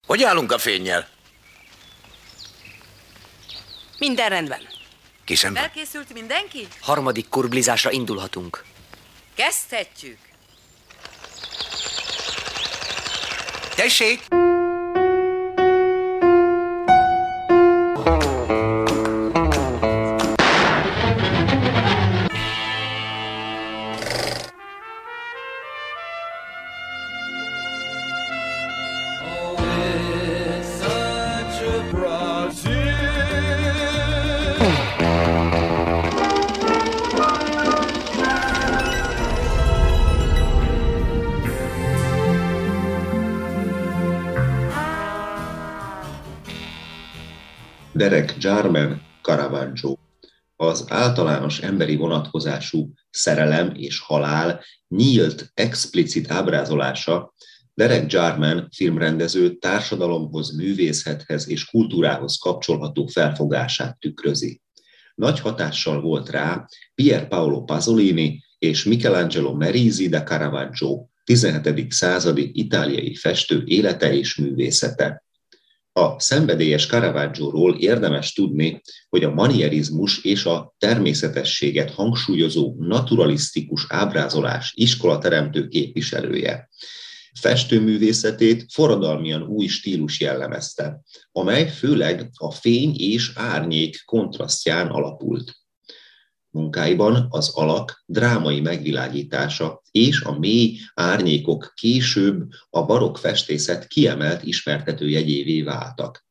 Hogy állunk a fénnyel? Minden rendben. Készen van? Elkészült mindenki? Harmadik kurblizásra indulhatunk. Kezdhetjük. Tessék! Derek Jarman, Caravaggio. Az általános emberi vonatkozású szerelem és halál nyílt, explicit ábrázolása Derek Jarman filmrendező társadalomhoz, művészethez és kultúrához kapcsolható felfogását tükrözi. Nagy hatással volt rá Pier Paolo Pasolini és Michelangelo Merisi da Caravaggio, 17. századi itáliai festő élete és művészete. A szenvedélyes Caravaggióról érdemes tudni, hogy a manierizmus és a természetességet hangsúlyozó naturalisztikus ábrázolás iskolateremtő képviselője. Festőművészetét forradalmian új stílus jellemezte, amely főleg a fény és árnyék kontrasztján alapult. Munkáiban az alak drámai megvilágítása és a mély árnyékok később a barokk festészet kiemelt ismertetőjegyévé váltak.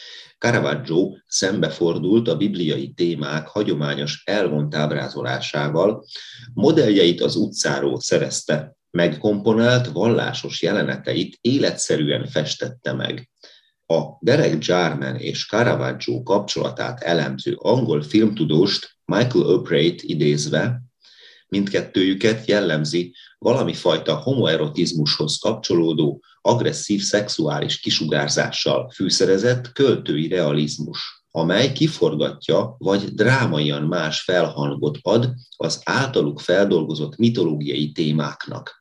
Caravaggio szembefordult a bibliai témák hagyományos elvont ábrázolásával, modelljeit az utcáról szerezte, megkomponált vallásos jeleneteit életszerűen festette meg. A Derek Jarman és Caravaggio kapcsolatát elemző angol filmtudóst, Michael O'Prate idézve, mindkettőjüket jellemzi valami fajta homoerotizmushoz kapcsolódó, agresszív szexuális kisugárzással fűszerezett költői realizmus, amely kiforgatja vagy drámaian más felhangot ad az általuk feldolgozott mitológiai témáknak.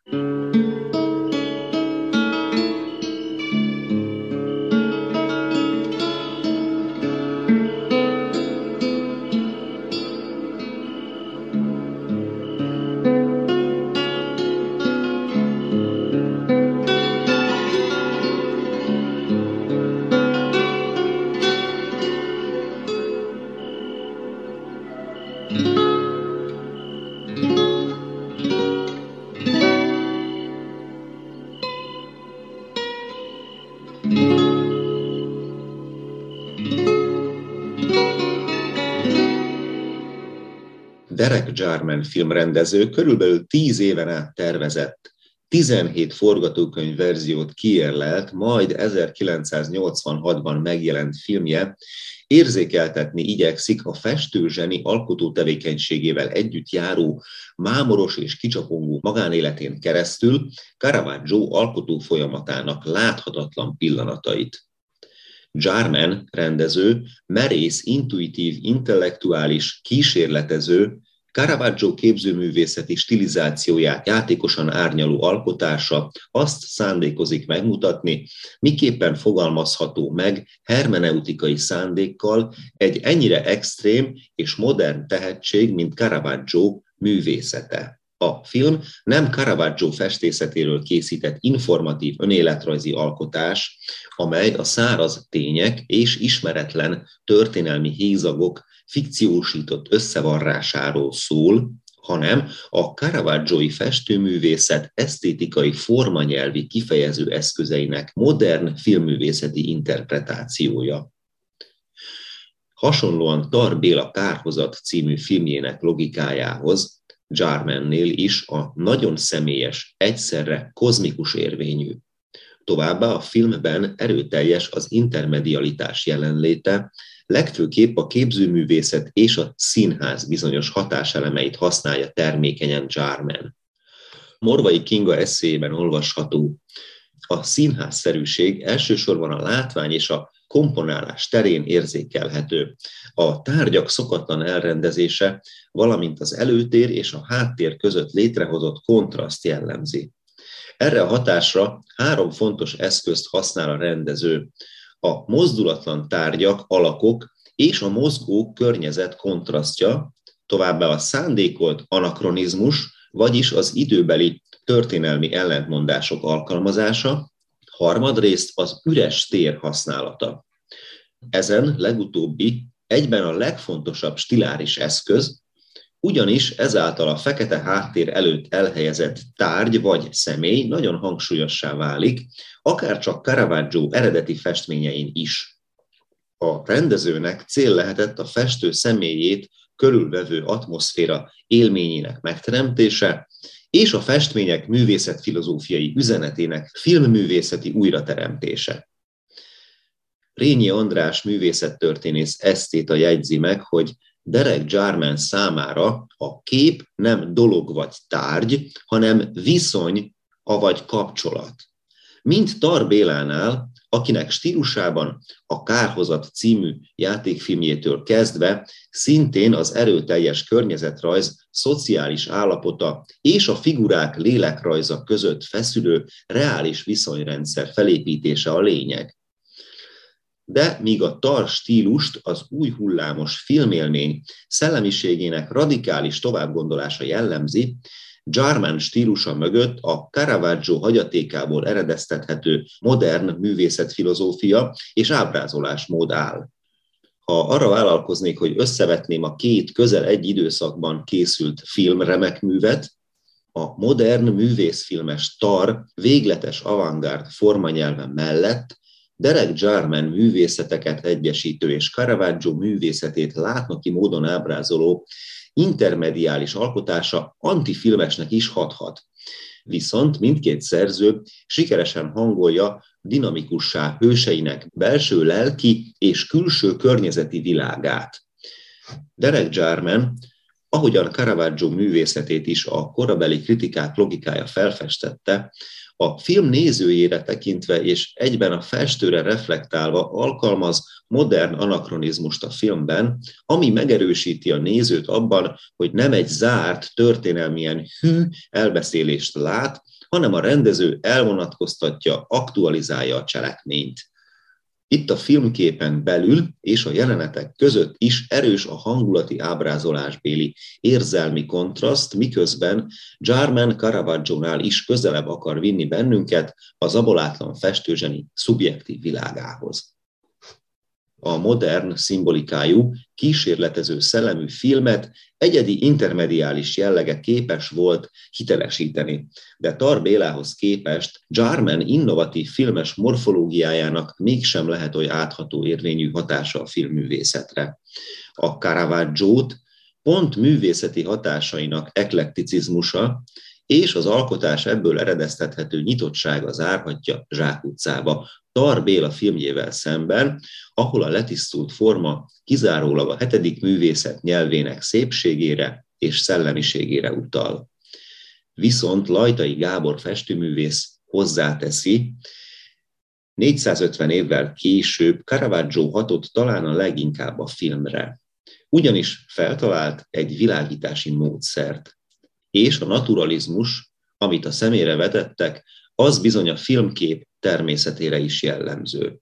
Derek Jarman filmrendező körülbelül 10 éven át tervezett, 17 forgatókönyv verziót kiérlelt, majd 1986-ban megjelent filmje érzékeltetni igyekszik a festőzseni alkotó tevékenységével együtt járó, mámoros és kicsapongó magánéletén keresztül Caravaggio alkotó folyamatának láthatatlan pillanatait. Jarman rendező, merész, intuitív, intellektuális, kísérletező, Caravaggio képzőművészeti stilizációját játékosan árnyaló alkotása azt szándékozik megmutatni, miképpen fogalmazható meg hermeneutikai szándékkal egy ennyire extrém és modern tehetség, mint Caravaggio művészete. A film nem Caravaggio festészetéről készített informatív önéletrajzi alkotás, amely a száraz tények és ismeretlen történelmi hézagok fikciósított összevarrásáról szól, hanem a caravaggiói festőművészet esztétikai formanyelvi kifejező eszközeinek modern filmművészeti interpretációja. Hasonlóan Tar Béla Kárhozat című filmjének logikájához Jarmannél is a nagyon személyes, egyszerre kozmikus érvényű. Továbbá a filmben erőteljes az intermedialitás jelenléte, legfőképp a képzőművészet és a színház bizonyos hatáselemeit használja termékenyen Jarman. Morvai Kinga esszéjében olvasható: a színházszerűség elsősorban a látvány és a komponálás terén érzékelhető. A tárgyak szokatlan elrendezése, valamint az előtér és a háttér között létrehozott kontraszt jellemzi. Erre a hatásra 3 fontos eszközt használ a rendező. A mozdulatlan tárgyak, alakok és a mozgó környezet kontrasztja, továbbá a szándékolt anakronizmus, vagyis az időbeli történelmi ellentmondások alkalmazása, harmadrészt az üres tér használata. Ezen legutóbbi egyben a legfontosabb stiláris eszköz, ugyanis ezáltal a fekete háttér előtt elhelyezett tárgy vagy személy nagyon hangsúlyossá válik, akárcsak Caravaggio eredeti festményein is. A rendezőnek cél lehetett a festő személyét körülvevő atmoszféra élményének megteremtése, és a festmények művészetfilozófiai üzenetének filmművészeti újrateremtése. Rényi András művészettörténész esztéta jegyzi meg, hogy Derek Jarman számára a kép nem dolog vagy tárgy, hanem viszony, avagy kapcsolat. Mint Tar Bélánál, akinek stílusában a Kárhozat című játékfilmjétől kezdve szintén az erőteljes környezetrajz szociális állapota és a figurák lélekrajza között feszülő reális viszonyrendszer felépítése a lényeg. De míg a Tar stílust az új hullámos filmélmény szellemiségének radikális továbbgondolása jellemzi, Jarman stílusa mögött a Caravaggio hagyatékából eredeztethető modern művészetfilozófia és ábrázolásmód áll. Ha arra vállalkoznék, hogy összevetném a 2 közel egy időszakban készült filmremek művet, a modern művészfilmes Tar végletes avantgárd formanyelve mellett Derek Jarman művészeteket egyesítő és Caravaggio művészetét látnoki módon ábrázoló intermediális alkotása antifilmesnek is hathat. Viszont mindkét szerző sikeresen hangolja dinamikussá hőseinek belső lelki és külső környezeti világát. Derek Jarman, ahogyan Caravaggio művészetét is a korabeli kritikák logikája felfestette, a film nézőjére tekintve és egyben a festőre reflektálva alkalmaz modern anakronizmust a filmben, ami megerősíti a nézőt abban, hogy nem egy zárt, történelmien hű elbeszélést lát, hanem a rendező elvonatkoztatja, aktualizálja a cselekményt. Itt a filmképen belül és a jelenetek között is erős a hangulati ábrázolásbéli érzelmi kontraszt, miközben Jarman Caravaggiónál is közelebb akar vinni bennünket az abolátlan festőzseni szubjektív világához. A modern szimbolikájú, kísérletező szellemű filmet egyedi intermediális jellege képes volt hitelesíteni, de Tar Bélához képest Jarman innovatív filmes morfológiájának mégsem lehet oly átható érvényű hatása a filmművészetre. A Caravaggiót pont művészeti hatásainak eklekticizmusa és az alkotás ebből eredeztethető nyitottsága zárhatja zsákutcába Tar Béla filmjével szemben, ahol a letisztult forma kizárólag a 7. művészet nyelvének szépségére és szellemiségére utal. Viszont Lajtai Gábor festőművész hozzáteszi, 450 évvel később Caravaggio hatott talán a leginkább a filmre, ugyanis feltalált egy világítási módszert, és a naturalizmus, amit a szemére vetettek, az bizony a filmkép természetére is jellemző.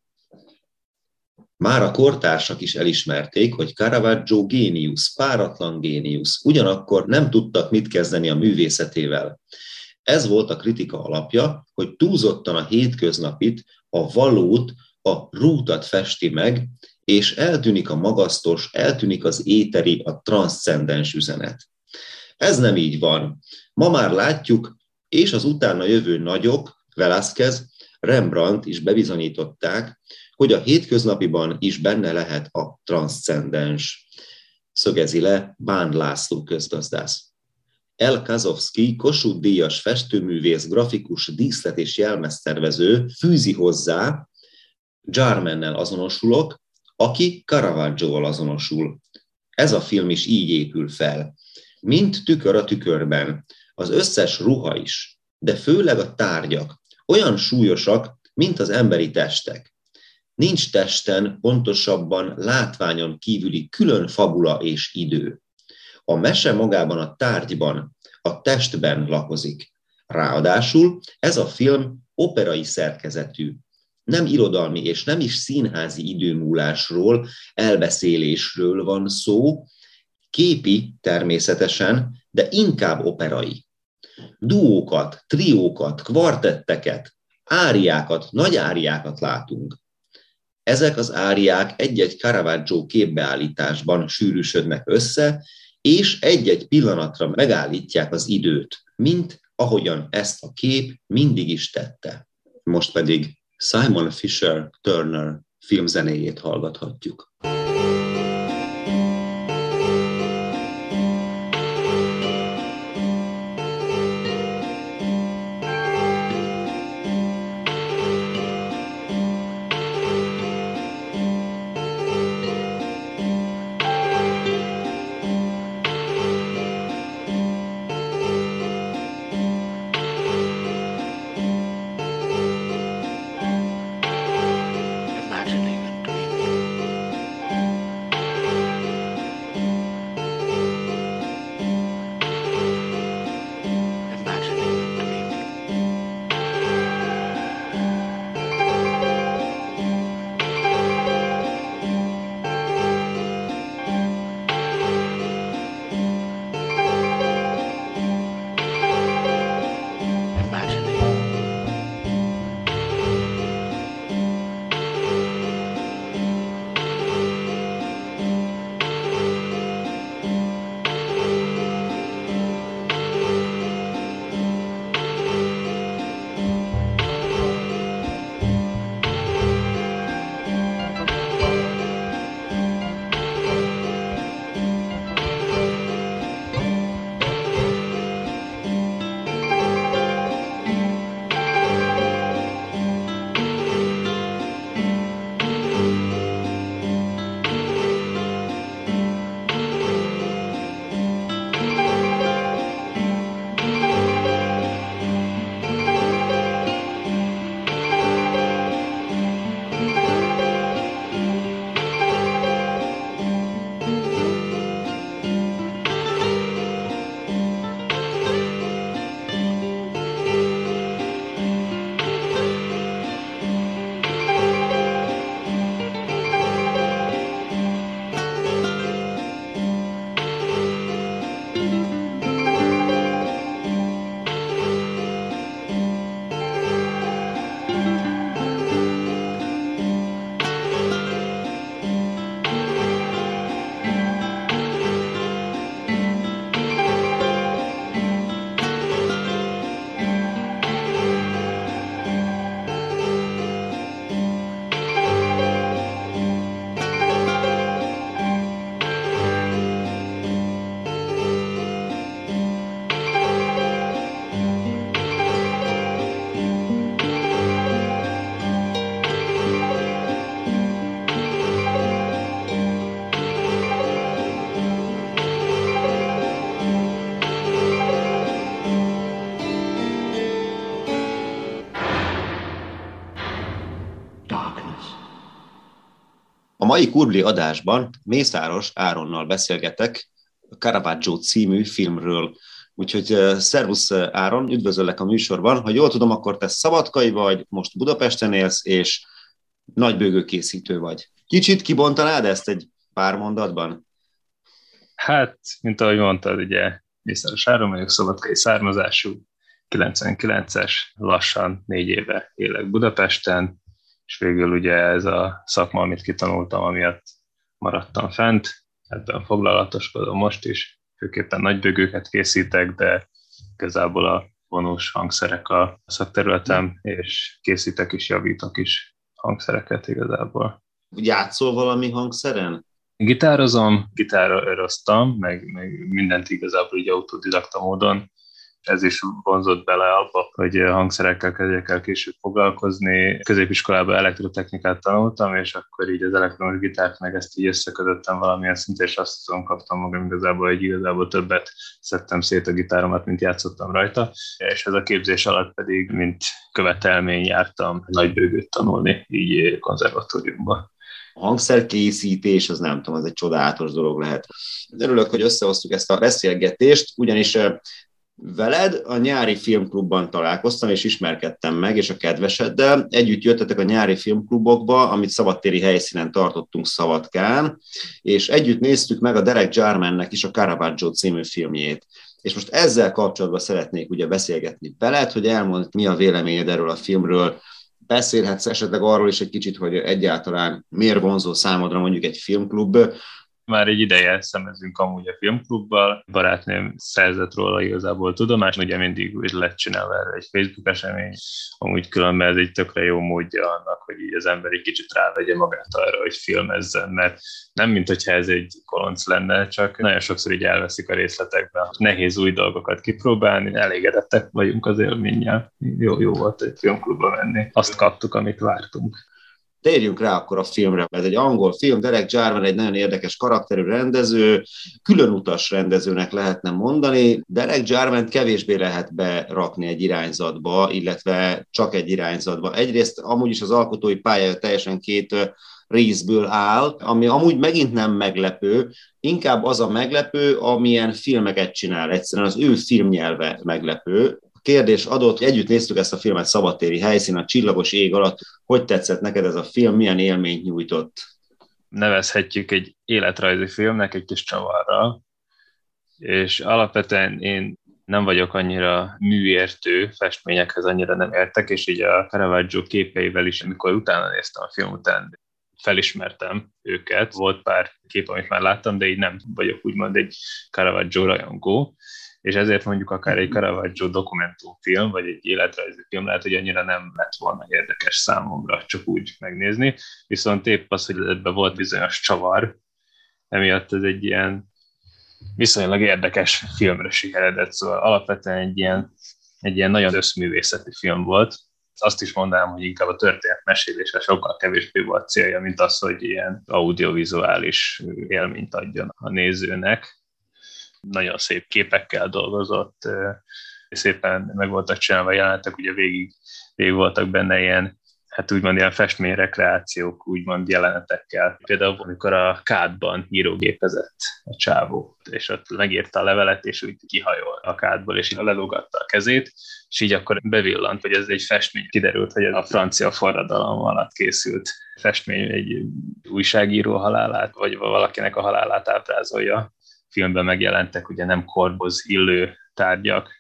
Már a kortársak is elismerték, hogy Caravaggio géniusz, páratlan géniusz, ugyanakkor nem tudtak mit kezdeni a művészetével. Ez volt a kritika alapja, hogy túlzottan a hétköznapit, a valót, a rútat festi meg, és eltűnik a magasztos, eltűnik az éteri, a transzcendens üzenet. Ez nem így van. Ma már látjuk, és az utána jövő nagyok, Velázquez, Rembrandt is bebizonyították, hogy a hétköznapiban is benne lehet a transzcendens, szögezi le Bán László közgazdász. El Kazovszky, Kossuth-díjas festőművész, grafikus, díszlet és jelmeztervező fűzi hozzá, Jarmannel azonosulok, aki Caravaggioval azonosul. Ez a film is így épül fel. Mint tükör a tükörben, az összes ruha is, de főleg a tárgyak olyan súlyosak, mint az emberi testek. Nincs testen, pontosabban látványon kívüli külön fabula és idő. A mese magában a tárgyban, a testben lakozik. Ráadásul ez a film operai szerkezetű. Nem irodalmi és nem is színházi időmúlásról, elbeszélésről van szó, képi természetesen, de inkább operai. Duókat, triókat, kvartetteket, áriákat, nagy áriákat látunk. Ezek az áriák egy-egy Caravaggio képbeállításban sűrűsödnek össze, és egy-egy pillanatra megállítják az időt, mint ahogyan ezt a kép mindig is tette. Most pedig Simon Fisher Turner filmzenéjét hallgathatjuk. A mai Kurbli adásban Mészáros Áronnal beszélgetek a Caravaggio című filmről. Úgyhogy szervusz Áron, üdvözöllek a műsorban. Ha jól tudom, akkor te szabadkai vagy, most Budapesten élsz, és nagybőgő készítő vagy. Kicsit kibontanád ezt egy pár mondatban? Hát, mint ahogy mondtad, ugye Mészáros Áron vagyok, szabadkai származású, 99-es, lassan 4 éve élek Budapesten, és végül ugye ez a szakma, amit kitanultam, amiatt maradtam fent, ebben foglalatoskodom most is, főképpen nagybőgőket készítek, de igazából a vonós hangszerek a szakterületem, és készítek is, javítok is hangszereket igazából. Játszol valami hangszeren? Gitározom, gitároztam, meg mindent igazából így autodidakta módon. Ez is vonzott bele abba, hogy hangszerekkel kezdjek el később foglalkozni. Középiskolában elektrotechnikát tanultam, és akkor így az elektromos gitárt meg ezt így összekötöttem valamilyen szinten, és azt tudom, kaptam magam igazából, hogy igazából többet szedtem szét a gitáromat, mint játszottam rajta. És ez a képzés alatt pedig, mint követelmény jártam nagybőgőt tanulni, így konzervatóriumban. A hangszerkészítés, az nem tudom, az egy csodálatos dolog lehet. Örülök, hogy összehoztuk ezt a beszélgetést, ugyanis Veled a nyári filmklubban találkoztam, és ismerkedtem meg, és a kedveseddel. Együtt jöttetek a nyári filmklubokba, amit szabadtéri helyszínen tartottunk Szabadkán, és együtt néztük meg a Derek Jarmannek is a Caravaggio című filmjét. És most ezzel kapcsolatban szeretnék ugye beszélgetni veled, hogy elmondd, mi a véleményed erről a filmről. Beszélhetsz esetleg arról is egy kicsit, hogy egyáltalán miért vonzó számodra mondjuk egy filmklub. Már egy ideje szemezünk amúgy a filmklubbal, barátnőm szerzett róla igazából tudomást, ugye mindig úgy lett csinálva erre egy Facebook esemény, amúgy különben ez egy tökre jó módja annak, hogy így az ember egy kicsit rávegye magát arra, hogy filmezzen, mert nem mint hogyha ez egy kolonc lenne, csak nagyon sokszor így elveszik a részletekben. Nehéz új dolgokat kipróbálni, elégedettek vagyunk az élménnyel. Jó volt egy filmklubba menni. Azt kaptuk, amit vártunk. Térjünk rá akkor a filmre. Ez egy angol film, Derek Jarman egy nagyon érdekes karakterű rendező, különutas rendezőnek lehetne mondani. Derek Jarmant kevésbé lehet berakni egy irányzatba, illetve csak egy irányzatba. Egyrészt amúgy is az alkotói pálya teljesen két részből áll, ami amúgy megint nem meglepő, inkább az a meglepő, amilyen filmeket csinál. Egyszerűen az ő filmnyelve meglepő. Kérdés adott, hogy együtt néztük ezt a filmet szabadtéri helyszínen, a csillagos ég alatt. Hogy tetszett neked ez a film, milyen élményt nyújtott? Nevezhetjük egy életrajzi filmnek egy kis csavarral, és alapvetően én nem vagyok annyira műértő, festményekhez annyira nem értek, és így a Caravaggio képeivel is, amikor utána néztem a film után, felismertem őket. Volt pár kép, amit már láttam, de így nem vagyok úgymond egy Caravaggio rajongó, és ezért mondjuk akár egy Caravaggio dokumentumfilm, vagy egy életrajzi film lehet, hogy annyira nem lett volna érdekes számomra csak úgy megnézni, viszont épp az, hogy ebben volt bizonyos csavar, emiatt ez egy ilyen viszonylag érdekes filmre sikeredett, szóval alapvetően egy ilyen nagyon összművészeti film volt. Azt is mondanám, hogy inkább a történet mesélése sokkal kevésbé volt célja, mint az, hogy ilyen audiovizuális élményt adjon a nézőnek. Nagyon szép képekkel dolgozott, szépen meg voltak csinálva jelenetek, ugye végig voltak benne ilyen, hát úgymond ilyen festményrekreációk, úgymond jelenetekkel. Például amikor a kádban írógépezett a csávó, és ott megírta a levelet, és úgy kihajol a kádból, és lelógatta a kezét, és így akkor bevillant, hogy ez egy festmény. Kiderült, hogy ez a francia forradalom alatt készült festmény, egy újságíró halálát, vagy valakinek a halálát ábrázolja. Filmben megjelentek ugye nem korhoz illő tárgyak.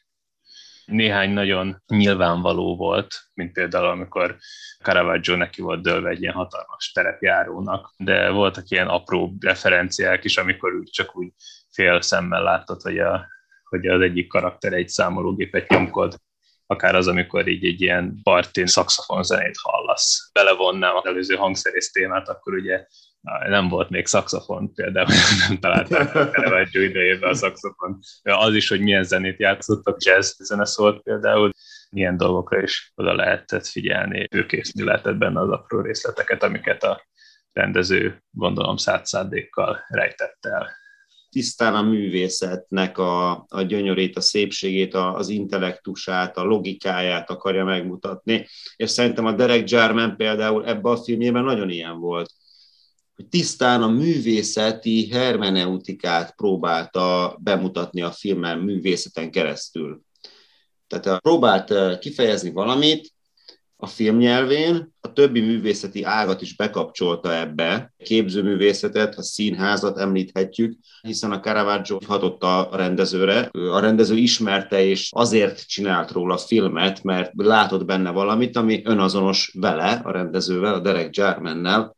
Néhány nagyon nyilvánvaló volt, mint például amikor Caravaggio neki volt dőlve egy ilyen hatalmas terepjárónak, de voltak ilyen apró referenciák is, amikor csak úgy fél szemmel láttad, hogy az egyik karakter egy számológépet nyomkod. Akár az, amikor így egy ilyen partin szaxofon zenét hallasz. Belevonnám az előző hangszerész témát, akkor ugye nem volt még szaxofon, például nem találták a Caravaggio idejében a szaxofon. Az is, hogy milyen zenét játszottak, jazz zene szólt például, ilyen dolgokra is oda lehetett figyelni, őkészni lehetett benne az apró részleteket, amiket a rendező, gondolom, szándékkal rejtett el. Tisztán a művészetnek a gyönyörét, a szépségét, az intellektusát, a logikáját akarja megmutatni, és szerintem a Derek Jarman például ebben a filmjében nagyon ilyen volt, hogy tisztán a művészeti hermeneutikát próbálta bemutatni a filmen művészeten keresztül. Tehát próbált kifejezni valamit a filmnyelvén, a többi művészeti ágat is bekapcsolta ebbe, képzőművészetet, a színházat említhetjük, hiszen a Caravaggio hatott a rendezőre. A rendező ismerte, és azért csinált róla filmet, mert látott benne valamit, ami önazonos vele, a rendezővel, a Derek Jarmannel.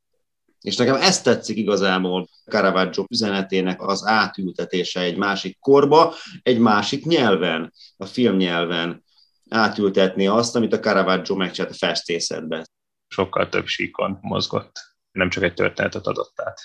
És nekem ezt tetszik igazából Caravaggio üzenetének az átültetése egy másik korba, egy másik nyelven, a filmnyelven átültetni azt, amit a Caravaggio megcsinált a festészetben. Sokkal több síkon mozgott, nem csak egy történetet adott át.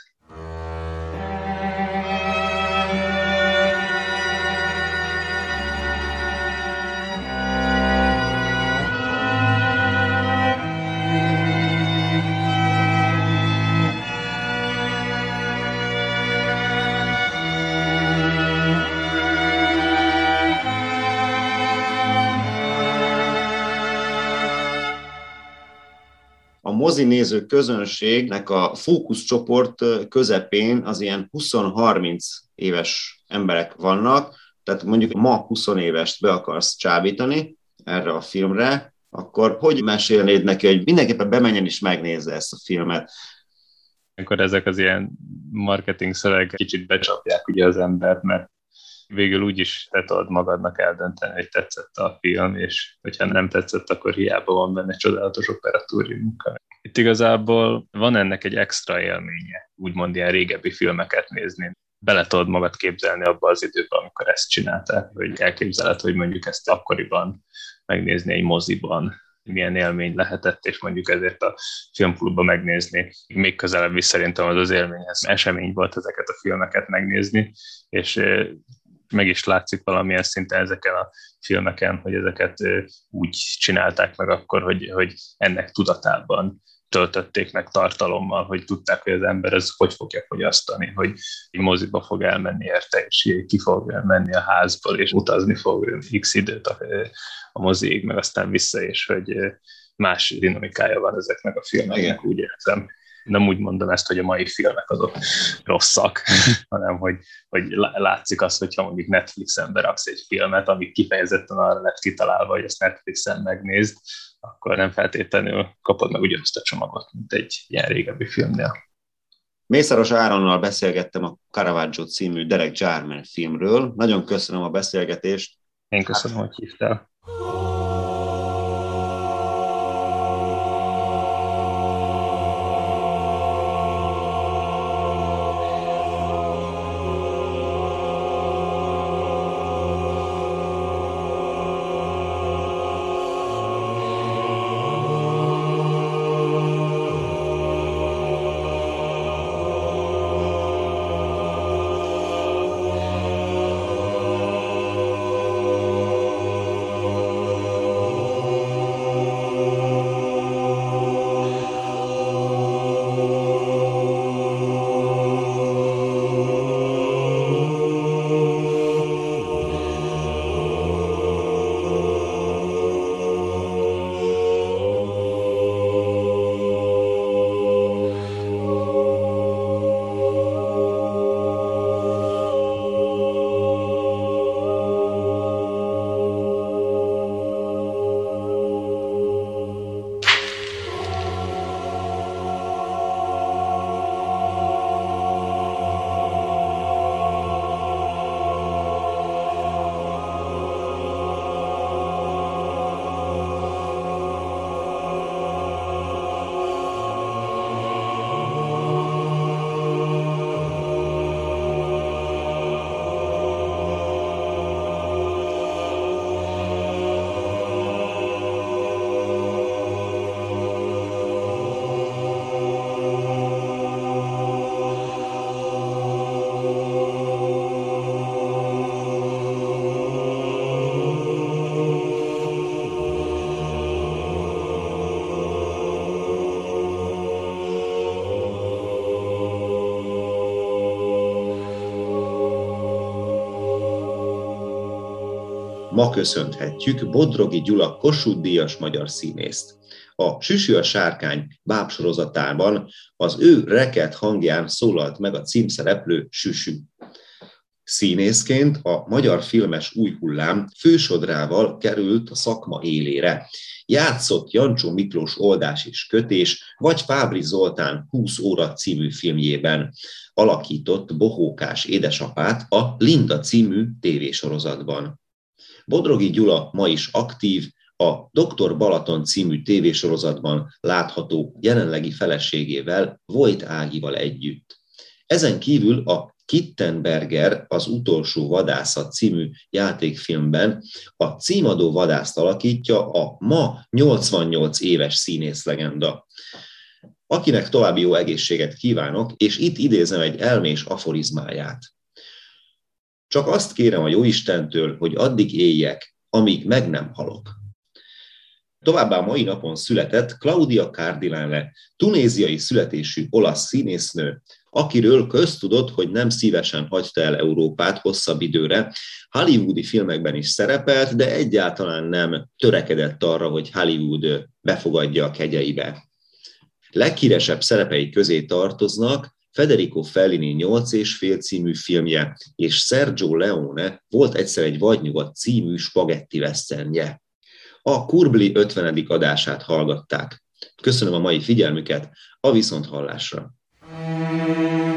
A mozinéző közönségnek a fókuszcsoport közepén az ilyen 20-30 éves emberek vannak, Tehát mondjuk ma 20 évest be akarsz csábítani erre a filmre, akkor hogy mesélnéd neki, hogy mindenképpen bemenjen és megnézze ezt a filmet? Amikor ezek az ilyen marketing szövegek kicsit becsapják ugye az embert, mert végül úgyis te tudod magadnak eldönteni, hogy tetszett a film, és hogyha nem tetszett, akkor hiába van benne csodálatos operatúriumunk. Itt igazából van ennek egy extra élménye, úgymond ilyen régebbi filmeket nézni. Bele tudod magad képzelni abba az időben, amikor ezt csinálták, hogy elképzeled, hogy mondjuk ezt akkoriban megnézni egy moziban, milyen élmény lehetett, és mondjuk ezért a filmklubban megnézni. Még közelebb is szerintem az élményhez esemény volt ezeket a filmeket megnézni, és meg is látszik valamilyen szinten ezeken a filmeken, hogy ezeket úgy csinálták meg akkor, hogy ennek tudatában töltötték meg tartalommal, hogy tudták, hogy az ember ez hogy fogja fogyasztani, hogy moziba fog elmenni érte, és ki fog menni a házból, és utazni fog x időt a moziig, meg aztán vissza, és hogy más dinamikája van ezeknek a filmeknek, úgy érzem. Nem úgy mondom ezt, hogy a mai filmek azok rosszak, hanem hogy látszik az, hogyha mondjuk Netflixen beraksz egy filmet, ami kifejezetten arra lett kitalálva, hogy ezt Netflixen megnézd, akkor nem feltétlenül kapod meg ugyanazt a csomagot, mint egy ilyen régebbi filmnél. Mészáros Áronnal beszélgettem a Caravaggio című Derek Jarman filmről. Nagyon köszönöm a beszélgetést. Én köszönöm, hogy hívtál. Ma köszönhetjük Bodrogi Gyula Kossuth-díjas magyar színészt. A Süsű a sárkány bábsorozatában az ő reket hangján szólalt meg a címszereplő Süsű. Színészként a magyar filmes új hullám fősodrával került a szakma élére. Játszott Jancsó Miklós Oldás és kötés, vagy Fábry Zoltán 20 óra című filmjében. Alakított bohókás édesapát a Linda című tévésorozatban. Bodrogi Gyula ma is aktív, a Dr. Balaton című tévésorozatban látható jelenlegi feleségével, Vojt Ágival együtt. Ezen kívül a Kittenberger az utolsó vadászat című játékfilmben a címadó vadászt alakítja a ma 88 éves színészlegenda. Akinek további jó egészséget kívánok, és itt idézem egy elmés aforizmáját. Csak azt kérem a Jóistentől, hogy addig éljek, amíg meg nem halok. Továbbá mai napon született Claudia Cardinale, tunéziai születésű olasz színésznő, akiről köztudott, hogy nem szívesen hagyta el Európát hosszabb időre. Hollywoodi filmekben is szerepelt, de egyáltalán nem törekedett arra, hogy Hollywood befogadja a kegyeibe. Leghíresebb szerepei közé tartoznak Federico Fellini 8,5 című filmje, és Sergio Leone Volt egyszer egy vadnyugat című spagetti westernje. A Kurbli 50. adását hallgatták. Köszönöm a mai figyelmüket, a viszonthallásra!